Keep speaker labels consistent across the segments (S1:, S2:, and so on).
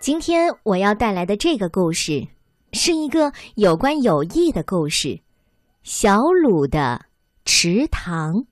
S1: 今天我要带来的这个故事是一个有关友谊的故事，小鲁的池塘。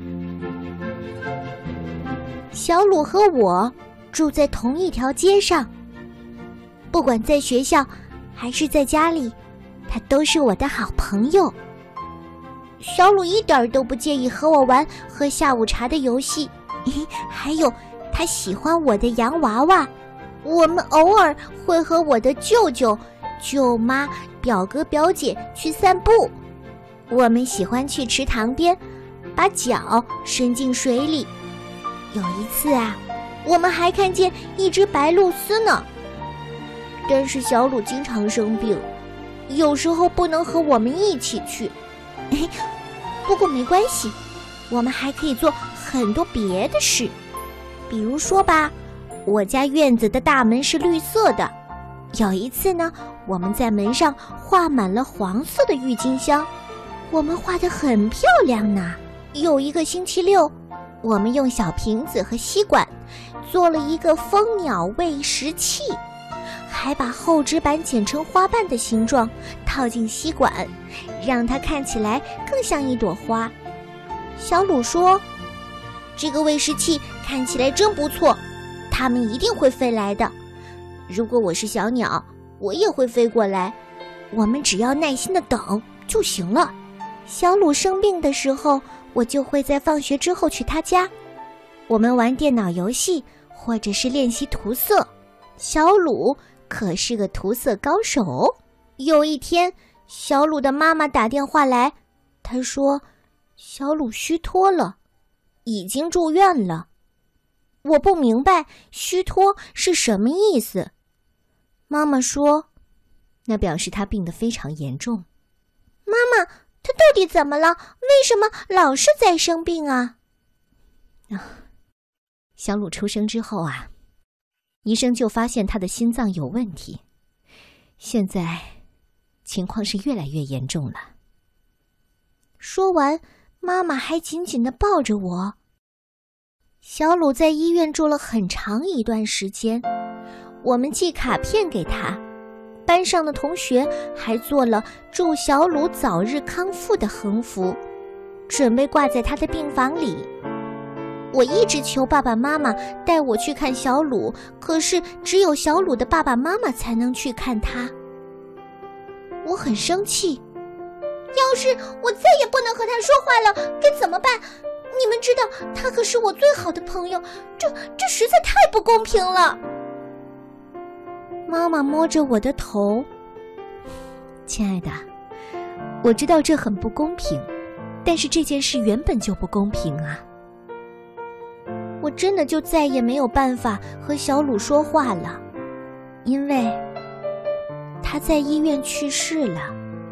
S2: 小鲁和我住在同一条街上，不管在学校还是在家里，他都是我的好朋友。小鲁一点都不介意和我玩喝下午茶的游戏，还有他喜欢我的洋娃娃。我们偶尔会和我的舅舅、舅妈、表哥、表姐去散步。我们喜欢去池塘边，把脚伸进水里。有一次啊，我们还看见一只白鹭鸶呢。但是小鲁经常生病，有时候不能和我们一起去。不过没关系，我们还可以做很多别的事。比如说吧，我家院子的大门是绿色的。有一次呢，我们在门上画满了黄色的郁金香，我们画得很漂亮呢。有一个星期六，我们用小瓶子和吸管做了一个蜂鸟喂食器，还把厚纸板剪成花瓣的形状套进吸管，让它看起来更像一朵花。小鲁说，这个喂食器看起来真不错，它们一定会飞来的。如果我是小鸟，我也会飞过来，我们只要耐心地等就行了。小鲁生病的时候，我就会在放学之后去他家，我们玩电脑游戏或者是练习涂色。小鲁可是个涂色高手。有一天，小鲁的妈妈打电话来，她说小鲁虚脱了，已经住院了。我不明白虚脱是什么意思。妈妈说，
S1: 那表示他病得非常严重。
S2: 妈妈，他到底怎么了？为什么老是在生病啊？
S1: 小鲁出生之后啊，医生就发现他的心脏有问题，现在情况是越来越严重了。
S2: 说完，妈妈还紧紧地抱着我。小鲁在医院住了很长一段时间，我们寄卡片给他，班上的同学还做了祝小鲁早日康复的横幅，准备挂在他的病房里。我一直求爸爸妈妈带我去看小鲁，可是只有小鲁的爸爸妈妈才能去看他。我很生气，要是我再也不能和他说话了，该怎么办？你们知道，他可是我最好的朋友，这实在太不公平了。妈妈摸着我的头，
S1: 亲爱的，我知道这很不公平，但是这件事原本就不公平啊。
S2: 我真的就再也没有办法和小鲁说话了，因为他在医院去世了。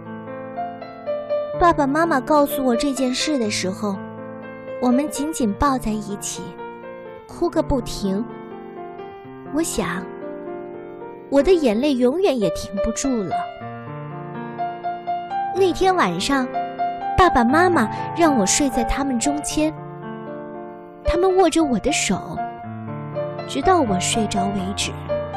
S2: 爸爸妈妈告诉我这件事的时候，我们紧紧抱在一起，哭个不停。我想，我的眼泪永远也停不住了。那天晚上，爸爸妈妈让我睡在他们中间，他们握着我的手，直到我睡着为止。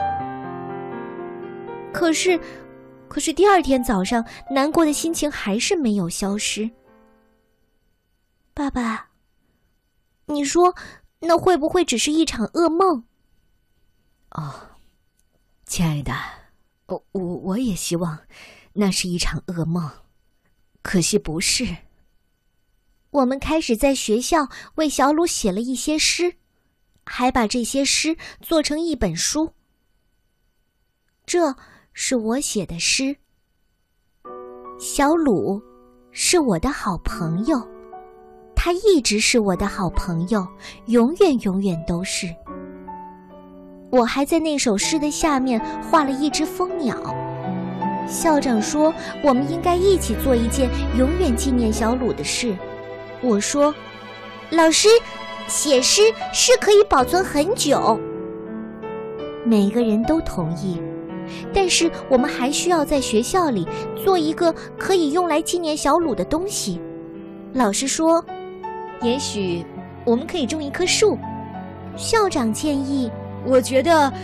S2: 可是第二天早上，难过的心情还是没有消失。爸爸，你说那会不会只是一场噩梦？
S1: 亲爱的，我也希望那是一场噩梦，可惜不是。
S2: 我们开始在学校为小鲁写了一些诗，还把这些诗做成一本书。这是我写的诗。小鲁是我的好朋友，他一直是我的好朋友，永远永远都是。我还在那首诗的下面画了一只蜂鸟。校长说，我们应该一起做一件永远纪念小鲁的事。我说，老师，写诗是可以保存很久。每个人都同意，但是我们还需要在学校里做一个可以用来纪念小鲁的东西。老师说，
S1: 也许我们可以种一棵树。
S2: 校长建议，
S1: 我觉得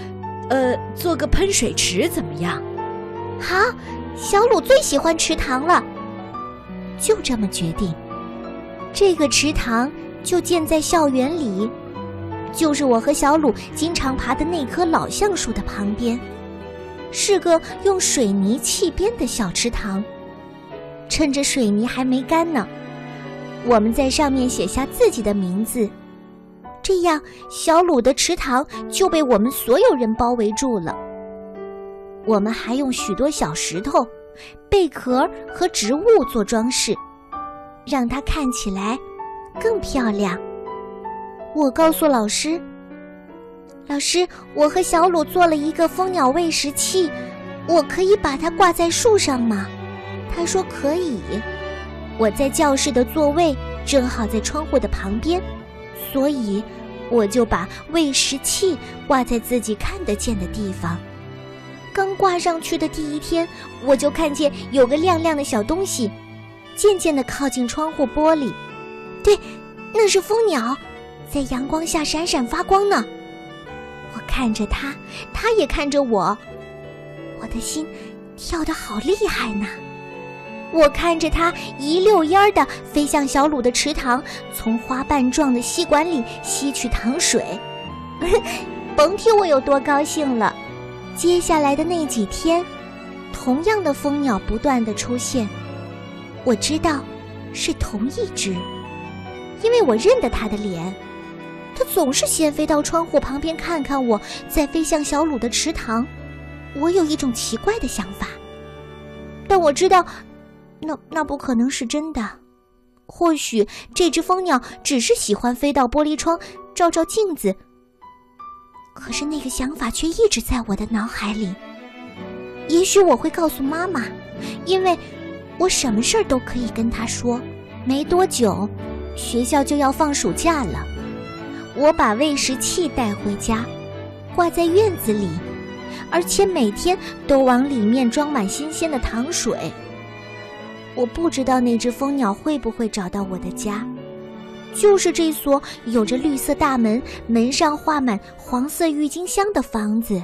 S1: 做个喷水池怎么样？
S2: 好，小鲁最喜欢池塘了。
S1: 就这么决定，这个池塘就建在校园里，就是我和小鲁经常爬的那棵老橡树的旁边，是个用水泥砌边的小池塘。趁着水泥还没干呢，我们在上面写下自己的名字，这样小鲁的池塘就被我们所有人包围住了。我们还用许多小石头、贝壳和植物做装饰，让它看起来更漂亮。我告诉老师，老师，我和小鲁做了一个蜂鸟喂食器，我可以把它挂在树上吗？他说可以。我在教室的座位正好在窗户的旁边，所以我就把喂食器挂在自己看得见的地方。刚挂上去的第一天，我就看见有个亮亮的小东西渐渐地靠近窗户玻璃。对，那是蜂鸟，在阳光下闪闪发光呢。我看着它，它也看着我，我的心跳得好厉害呢。我看着它一溜烟儿地飞向小鲁的池塘，从花瓣状的吸管里吸取糖水。甭提我有多高兴了。接下来的那几天，同样的蜂鸟不断地出现。我知道是同一只，因为我认得它的脸。它总是先飞到窗户旁边看看我，再飞向小鲁的池塘。我有一种奇怪的想法，但我知道那不可能是真的。或许这只蜂鸟只是喜欢飞到玻璃窗照照镜子，可是那个想法却一直在我的脑海里。也许我会告诉妈妈，因为我什么事儿都可以跟她说。没多久，学校就要放暑假了。我把喂食器带回家，挂在院子里，而且每天都往里面装满新鲜的糖水。我不知道那只蜂鸟会不会找到我的家，就是这所有着绿色大门，门上画满黄色郁金香的房子。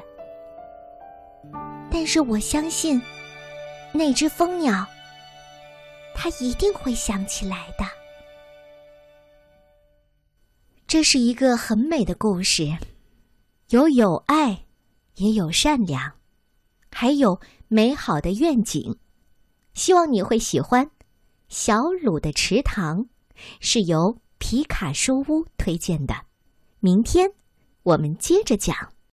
S1: 但是我相信，那只蜂鸟，它一定会想起来的。这是一个很美的故事，有爱，也有善良，还有美好的愿景。希望你会喜欢。小鲁的池塘是由皮卡书屋推荐的。明天我们接着讲。